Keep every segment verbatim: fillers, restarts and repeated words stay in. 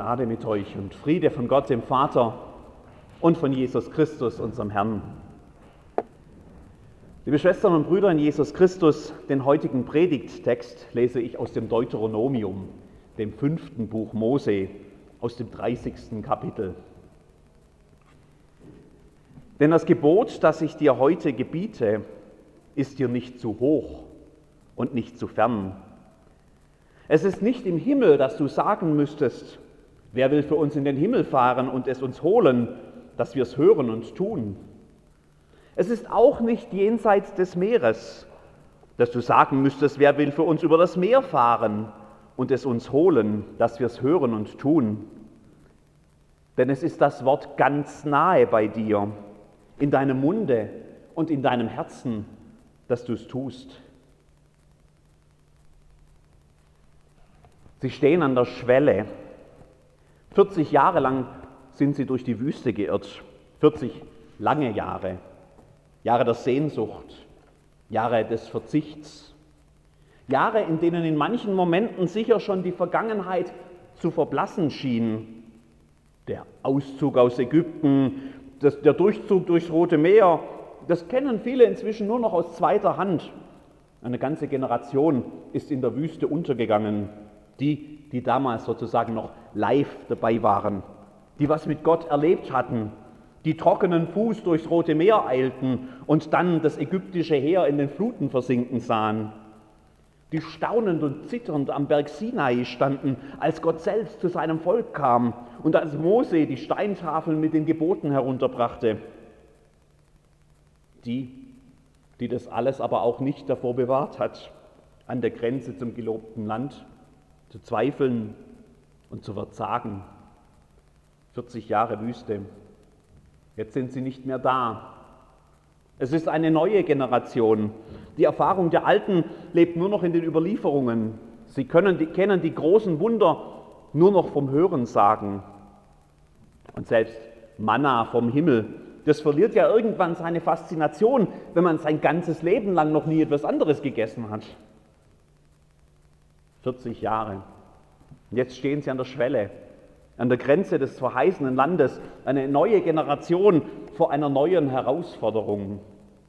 Gnade mit euch und Friede von Gott, dem Vater und von Jesus Christus, unserem Herrn. Liebe Schwestern und Brüder in Jesus Christus, den heutigen Predigttext lese ich aus dem Deuteronomium, dem fünften Buch Mose, aus dem dreißigsten Kapitel. Denn das Gebot, das ich dir heute gebiete, ist dir nicht zu hoch und nicht zu fern. Es ist nicht im Himmel, dass du sagen müsstest, wer will für uns in den Himmel fahren und es uns holen, dass wir es hören und tun. Es ist auch nicht jenseits des Meeres, dass du sagen müsstest, wer will für uns über das Meer fahren und es uns holen, dass wir es hören und tun. Denn es ist das Wort ganz nahe bei dir, in deinem Munde und in deinem Herzen, dass du es tust. Sie stehen an der Schwelle. vierzig Jahre lang sind sie durch die Wüste geirrt. vierzig lange Jahre. Jahre der Sehnsucht, Jahre des Verzichts. Jahre, in denen in manchen Momenten sicher schon die Vergangenheit zu verblassen schien. Der Auszug aus Ägypten, das, der Durchzug durchs Rote Meer, das kennen viele inzwischen nur noch aus zweiter Hand. Eine ganze Generation ist in der Wüste untergegangen. Die, die damals sozusagen noch live dabei waren, die was mit Gott erlebt hatten, die trockenen Fuß durchs Rote Meer eilten und dann das ägyptische Heer in den Fluten versinken sahen, die staunend und zitternd am Berg Sinai standen, als Gott selbst zu seinem Volk kam und als Mose die Steintafeln mit den Geboten herunterbrachte, die, die das alles aber auch nicht davor bewahrt hat, an der Grenze zum gelobten Land zu zweifeln und zu verzagen. vierzig Jahre Wüste. Jetzt sind sie nicht mehr da. Es ist eine neue Generation. Die Erfahrung der Alten lebt nur noch in den Überlieferungen. Sie können, die, kennen die großen Wunder nur noch vom Hörensagen. Und selbst Manna vom Himmel, das verliert ja irgendwann seine Faszination, wenn man sein ganzes Leben lang noch nie etwas anderes gegessen hat. vierzig Jahre. Und jetzt stehen sie an der Schwelle, an der Grenze des verheißenen Landes, eine neue Generation vor einer neuen Herausforderung.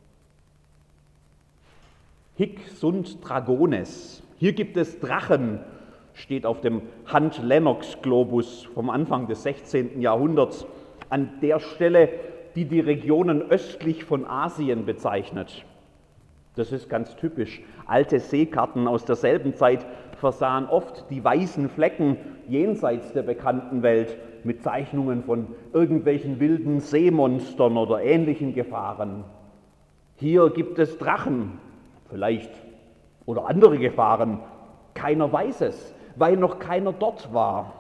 Hic sunt dragones. Hier gibt es Drachen, steht auf dem Hunt-Lennox-Globus vom Anfang des sechzehnten Jahrhunderts, an der Stelle, die die Regionen östlich von Asien bezeichnet. Das ist ganz typisch. Alte Seekarten aus derselben Zeit versahen oft die weißen Flecken jenseits der bekannten Welt mit Zeichnungen von irgendwelchen wilden Seemonstern oder ähnlichen Gefahren. Hier gibt es Drachen, vielleicht, oder andere Gefahren. Keiner weiß es, weil noch keiner dort war.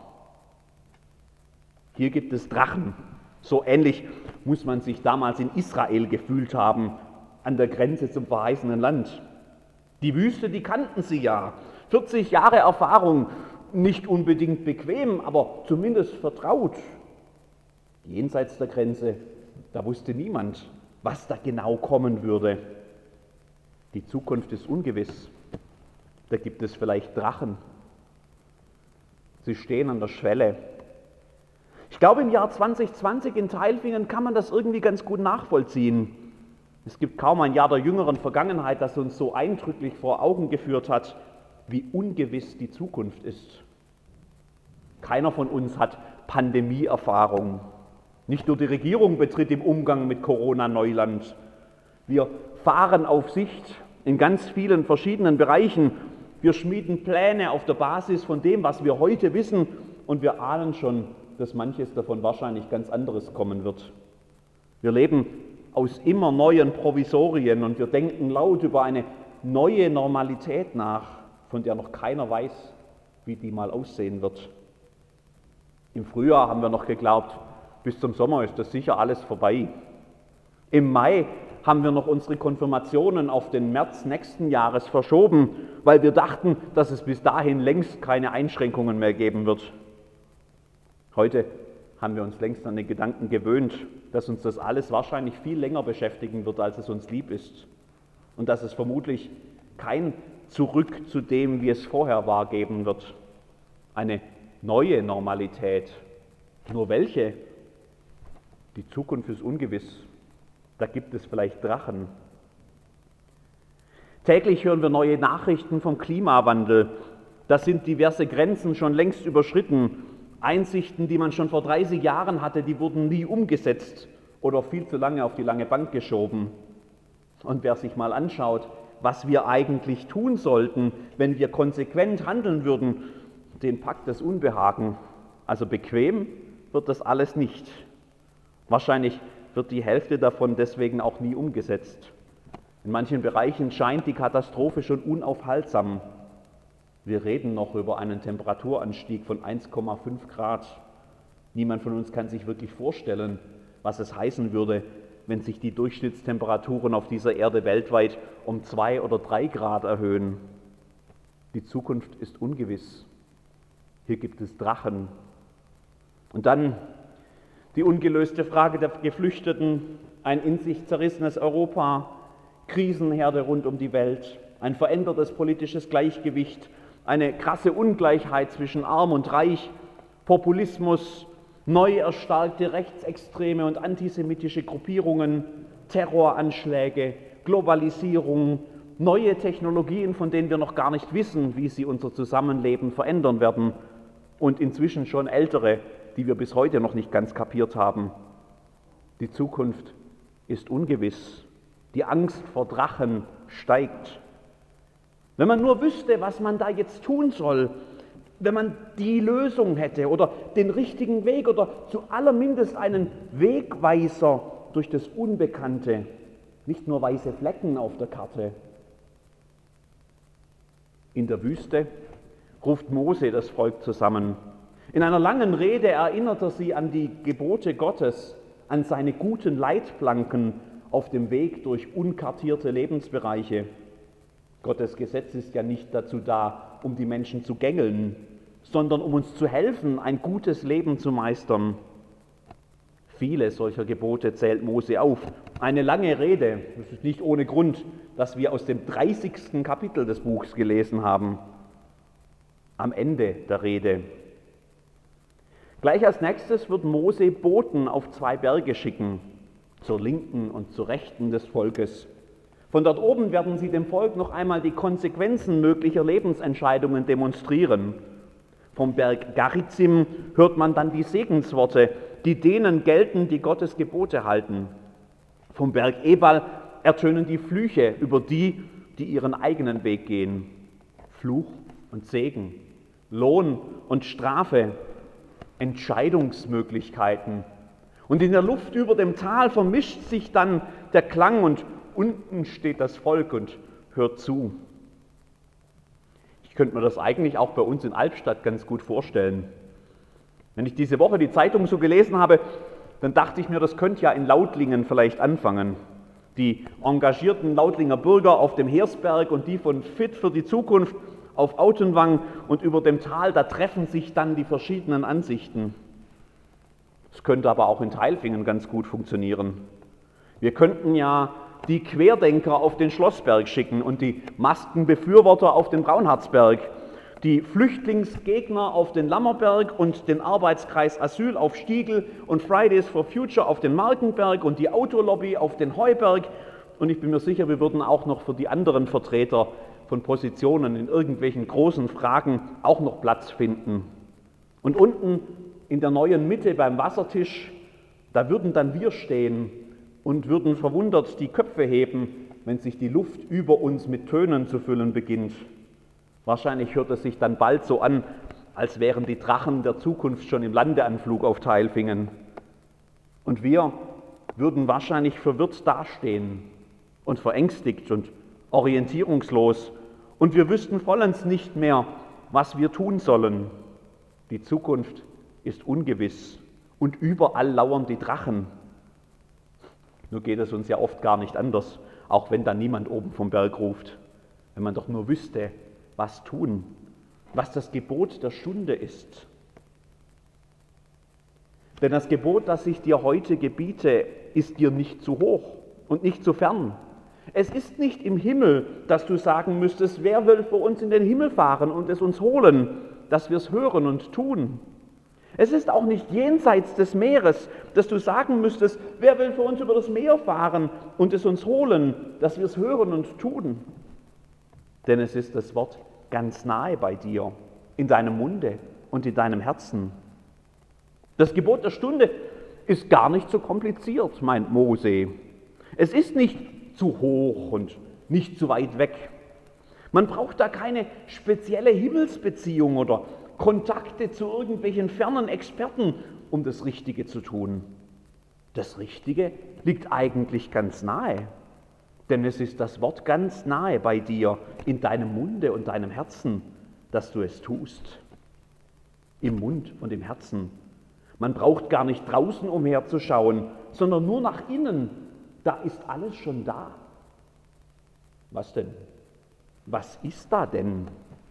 Hier gibt es Drachen. So ähnlich muss man sich damals in Israel gefühlt haben, an der Grenze zum verheißenen Land. Die Wüste, die kannten sie ja. vierzig Jahre Erfahrung, nicht unbedingt bequem, aber zumindest vertraut. Jenseits der Grenze, da wusste niemand, was da genau kommen würde. Die Zukunft ist ungewiss. Da gibt es vielleicht Drachen. Sie stehen an der Schwelle. Ich glaube, im Jahr zwanzig zwanzig in Tailfingen kann man das irgendwie ganz gut nachvollziehen. Es gibt kaum ein Jahr der jüngeren Vergangenheit, das uns so eindrücklich vor Augen geführt hat, wie ungewiss die Zukunft ist. Keiner von uns hat Pandemieerfahrung. Nicht nur die Regierung betritt im Umgang mit Corona Neuland. Wir fahren auf Sicht in ganz vielen verschiedenen Bereichen. Wir schmieden Pläne auf der Basis von dem, was wir heute wissen, und wir ahnen schon, dass manches davon wahrscheinlich ganz anderes kommen wird. Wir leben aus immer neuen Provisorien und wir denken laut über eine neue Normalität nach, von der noch keiner weiß, wie die mal aussehen wird. Im Frühjahr haben wir noch geglaubt, bis zum Sommer ist das sicher alles vorbei. Im Mai haben wir noch unsere Konfirmationen auf den März nächsten Jahres verschoben, weil wir dachten, dass es bis dahin längst keine Einschränkungen mehr geben wird. Heute haben wir uns längst an den Gedanken gewöhnt, dass uns das alles wahrscheinlich viel länger beschäftigen wird, als es uns lieb ist. Und dass es vermutlich kein Zurück zu dem, wie es vorher war, geben wird. Eine neue Normalität. Nur welche? Die Zukunft ist ungewiss. Da gibt es vielleicht Drachen. Täglich hören wir neue Nachrichten vom Klimawandel. Da sind diverse Grenzen schon längst überschritten. Einsichten, die man schon vor dreißig Jahren hatte, die wurden nie umgesetzt oder viel zu lange auf die lange Bank geschoben. Und wer sich mal anschaut, was wir eigentlich tun sollten, wenn wir konsequent handeln würden, den packt das Unbehagen. Also bequem wird das alles nicht. Wahrscheinlich wird die Hälfte davon deswegen auch nie umgesetzt. In manchen Bereichen scheint die Katastrophe schon unaufhaltsam. Wir reden noch über einen Temperaturanstieg von eins Komma fünf Grad. Niemand von uns kann sich wirklich vorstellen, was es heißen würde, wenn sich die Durchschnittstemperaturen auf dieser Erde weltweit um zwei oder drei Grad erhöhen. Die Zukunft ist ungewiss. Hier gibt es Drachen. Und dann die ungelöste Frage der Geflüchteten, ein in sich zerrissenes Europa, Krisenherde rund um die Welt, ein verändertes politisches Gleichgewicht, eine krasse Ungleichheit zwischen Arm und Reich, Populismus, neu erstarkte rechtsextreme und antisemitische Gruppierungen, Terroranschläge, Globalisierung, neue Technologien, von denen wir noch gar nicht wissen, wie sie unser Zusammenleben verändern werden, und inzwischen schon ältere, die wir bis heute noch nicht ganz kapiert haben. Die Zukunft ist ungewiss. Die Angst vor Drachen steigt. Wenn man nur wüsste, was man da jetzt tun soll, wenn man die Lösung hätte oder den richtigen Weg oder zu allermindest einen Wegweiser durch das Unbekannte, nicht nur weiße Flecken auf der Karte. In der Wüste ruft Mose das Volk zusammen. In einer langen Rede erinnert er sie an die Gebote Gottes, an seine guten Leitplanken auf dem Weg durch unkartierte Lebensbereiche. Gottes Gesetz ist ja nicht dazu da, um die Menschen zu gängeln, sondern um uns zu helfen, ein gutes Leben zu meistern. Viele solcher Gebote zählt Mose auf. Eine lange Rede, es ist nicht ohne Grund, dass wir aus dem dreißigsten Kapitel des Buchs gelesen haben. Am Ende der Rede. Gleich als nächstes wird Mose Boten auf zwei Berge schicken, zur Linken und zur Rechten des Volkes. Von dort oben werden sie dem Volk noch einmal die Konsequenzen möglicher Lebensentscheidungen demonstrieren. Vom Berg Garizim hört man dann die Segensworte, die denen gelten, die Gottes Gebote halten. Vom Berg Ebal ertönen die Flüche über die, die ihren eigenen Weg gehen. Fluch und Segen, Lohn und Strafe, Entscheidungsmöglichkeiten. Und in der Luft über dem Tal vermischt sich dann der Klang und unten steht das Volk und hört zu. Ich könnte mir das eigentlich auch bei uns in Albstadt ganz gut vorstellen. Wenn ich diese Woche die Zeitung so gelesen habe, dann dachte ich mir, das könnte ja in Lautlingen vielleicht anfangen. Die engagierten Lautlinger Bürger auf dem Heersberg und die von Fit für die Zukunft auf Autenwang und über dem Tal, da treffen sich dann die verschiedenen Ansichten. Es könnte aber auch in Tailfingen ganz gut funktionieren. Wir könnten ja die Querdenker auf den Schlossberg schicken und die Maskenbefürworter auf den Braunharzberg, die Flüchtlingsgegner auf den Lammerberg und den Arbeitskreis Asyl auf Stiegl und Fridays for Future auf den Markenberg und die Autolobby auf den Heuberg. Und ich bin mir sicher, wir würden auch noch für die anderen Vertreter von Positionen in irgendwelchen großen Fragen auch noch Platz finden. Und unten in der neuen Mitte beim Wassertisch, da würden dann wir stehen und würden verwundert die Köpfe heben, wenn sich die Luft über uns mit Tönen zu füllen beginnt. Wahrscheinlich hört es sich dann bald so an, als wären die Drachen der Zukunft schon im Landeanflug auf Tailfingen. Und wir würden wahrscheinlich verwirrt dastehen und verängstigt und orientierungslos. Und wir wüssten vollends nicht mehr, was wir tun sollen. Die Zukunft ist ungewiss und überall lauern die Drachen. Nur geht es uns ja oft gar nicht anders, auch wenn dann niemand oben vom Berg ruft. Wenn man doch nur wüsste, was tun, was das Gebot der Stunde ist. Denn das Gebot, das ich dir heute gebiete, ist dir nicht zu hoch und nicht zu fern. Es ist nicht im Himmel, dass du sagen müsstest, wer will für uns in den Himmel fahren und es uns holen. dass wir es hören und tun. Es ist auch nicht jenseits des Meeres, dass du sagen müsstest, wer will für uns über das Meer fahren und es uns holen, dass wir es hören und tun. Denn es ist das Wort ganz nahe bei dir, in deinem Munde und in deinem Herzen. Das Gebot der Stunde ist gar nicht so kompliziert, meint Mose. Es ist nicht zu hoch und nicht zu weit weg. Man braucht da keine spezielle Himmelsbeziehung oder Kontakte zu irgendwelchen fernen Experten, um das Richtige zu tun. Das Richtige liegt eigentlich ganz nahe, denn es ist das Wort ganz nahe bei dir, in deinem Munde und deinem Herzen, dass du es tust. Im Mund und im Herzen. Man braucht gar nicht draußen umherzuschauen, sondern nur nach innen. Da ist alles schon da. Was denn? Was ist da denn?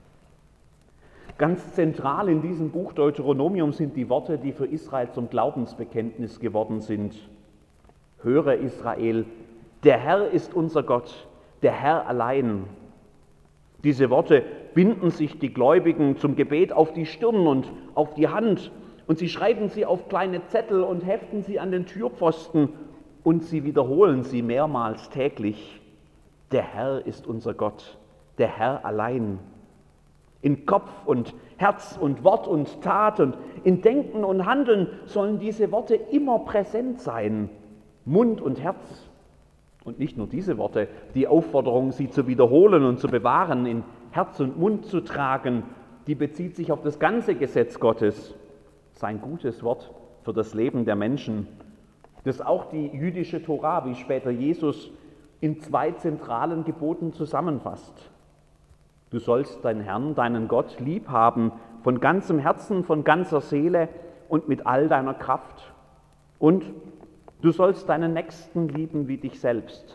Ganz zentral in diesem Buch Deuteronomium sind die Worte, die für Israel zum Glaubensbekenntnis geworden sind. Höre Israel, der Herr ist unser Gott, der Herr allein. Diese Worte binden sich die Gläubigen zum Gebet auf die Stirn und auf die Hand und sie schreiben sie auf kleine Zettel und heften sie an den Türpfosten und sie wiederholen sie mehrmals täglich. Der Herr ist unser Gott, der Herr allein. In Kopf und Herz und Wort und Tat und in Denken und Handeln sollen diese Worte immer präsent sein, Mund und Herz. Und nicht nur diese Worte, die Aufforderung, sie zu wiederholen und zu bewahren, in Herz und Mund zu tragen, die bezieht sich auf das ganze Gesetz Gottes, sein gutes Wort für das Leben der Menschen, das auch die jüdische Tora, wie später Jesus, in zwei zentralen Geboten zusammenfasst. Du sollst deinen Herrn, deinen Gott, lieb haben, von ganzem Herzen, von ganzer Seele und mit all deiner Kraft. Und du sollst deinen Nächsten lieben wie dich selbst.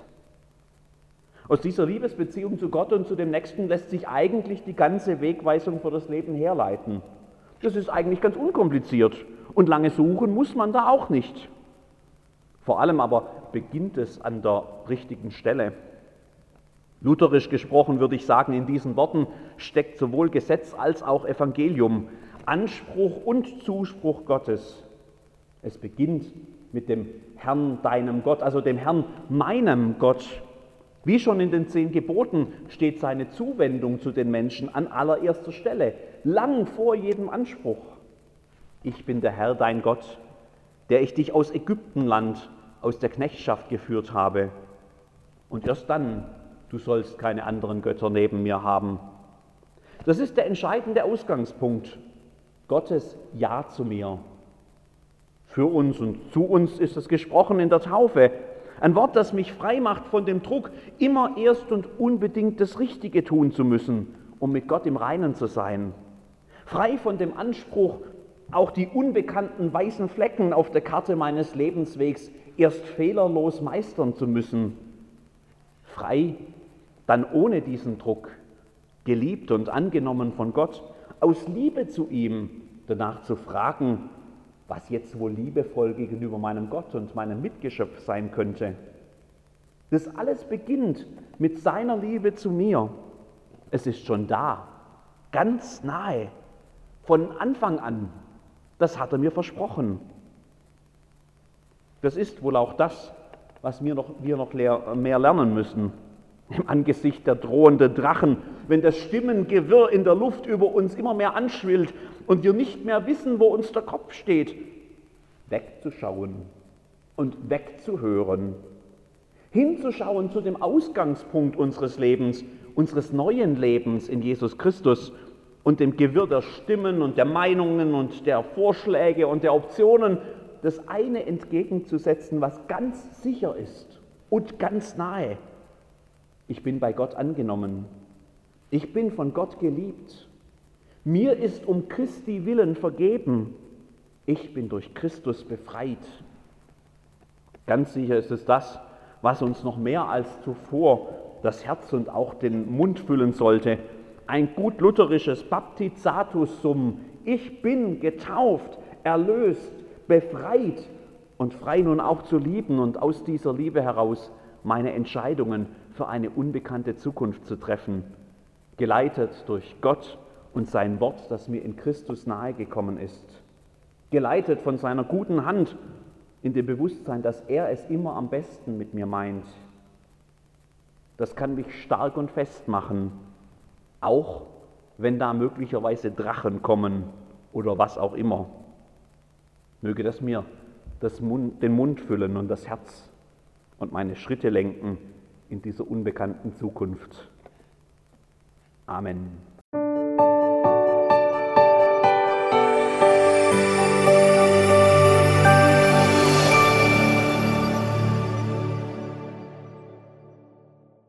Aus dieser Liebesbeziehung zu Gott und zu dem Nächsten lässt sich eigentlich die ganze Wegweisung für das Leben herleiten. Das ist eigentlich ganz unkompliziert und lange suchen muss man da auch nicht. Vor allem aber beginnt es an der richtigen Stelle. Lutherisch gesprochen würde ich sagen, in diesen Worten steckt sowohl Gesetz als auch Evangelium, Anspruch und Zuspruch Gottes. Es beginnt mit dem Herrn, deinem Gott, also dem Herrn, meinem Gott. Wie schon in den zehn Geboten steht seine Zuwendung zu den Menschen an allererster Stelle, lang vor jedem Anspruch. Ich bin der Herr, dein Gott, der ich dich aus Ägyptenland, aus der Knechtschaft geführt habe. Und erst dann, du sollst keine anderen Götter neben mir haben. Das ist der entscheidende Ausgangspunkt. Gottes Ja zu mir. Für uns und zu uns ist es gesprochen in der Taufe. Ein Wort, das mich frei macht von dem Druck, immer erst und unbedingt das Richtige tun zu müssen, um mit Gott im Reinen zu sein. Frei von dem Anspruch, auch die unbekannten weißen Flecken auf der Karte meines Lebenswegs erst fehlerlos meistern zu müssen. Frei, dann ohne diesen Druck, geliebt und angenommen von Gott, aus Liebe zu ihm danach zu fragen, was jetzt wohl liebevoll gegenüber meinem Gott und meinem Mitgeschöpf sein könnte. Das alles beginnt mit seiner Liebe zu mir. Es ist schon da, ganz nahe, von Anfang an. Das hat er mir versprochen. Das ist wohl auch das, was wir noch, wir noch mehr lernen müssen. Im Angesicht der drohenden Drachen, wenn das Stimmengewirr in der Luft über uns immer mehr anschwillt und wir nicht mehr wissen, wo uns der Kopf steht, wegzuschauen und wegzuhören, hinzuschauen zu dem Ausgangspunkt unseres Lebens, unseres neuen Lebens in Jesus Christus und dem Gewirr der Stimmen und der Meinungen und der Vorschläge und der Optionen das eine entgegenzusetzen, was ganz sicher ist und ganz nahe. Ich bin bei Gott angenommen. Ich bin von Gott geliebt. Mir ist um Christi willen vergeben. Ich bin durch Christus befreit. Ganz sicher ist es das, was uns noch mehr als zuvor das Herz und auch den Mund füllen sollte. Ein gut lutherisches Baptizatus sum. Ich bin getauft, erlöst, befreit und frei nun auch zu lieben und aus dieser Liebe heraus meine Entscheidungen für eine unbekannte Zukunft zu treffen, geleitet durch Gott und sein Wort, das mir in Christus nahegekommen ist, geleitet von seiner guten Hand in dem Bewusstsein, dass er es immer am besten mit mir meint. Das kann mich stark und fest machen, auch wenn da möglicherweise Drachen kommen oder was auch immer. Möge das mir das Mund, den Mund füllen und das Herz und meine Schritte lenken in dieser unbekannten Zukunft. Amen.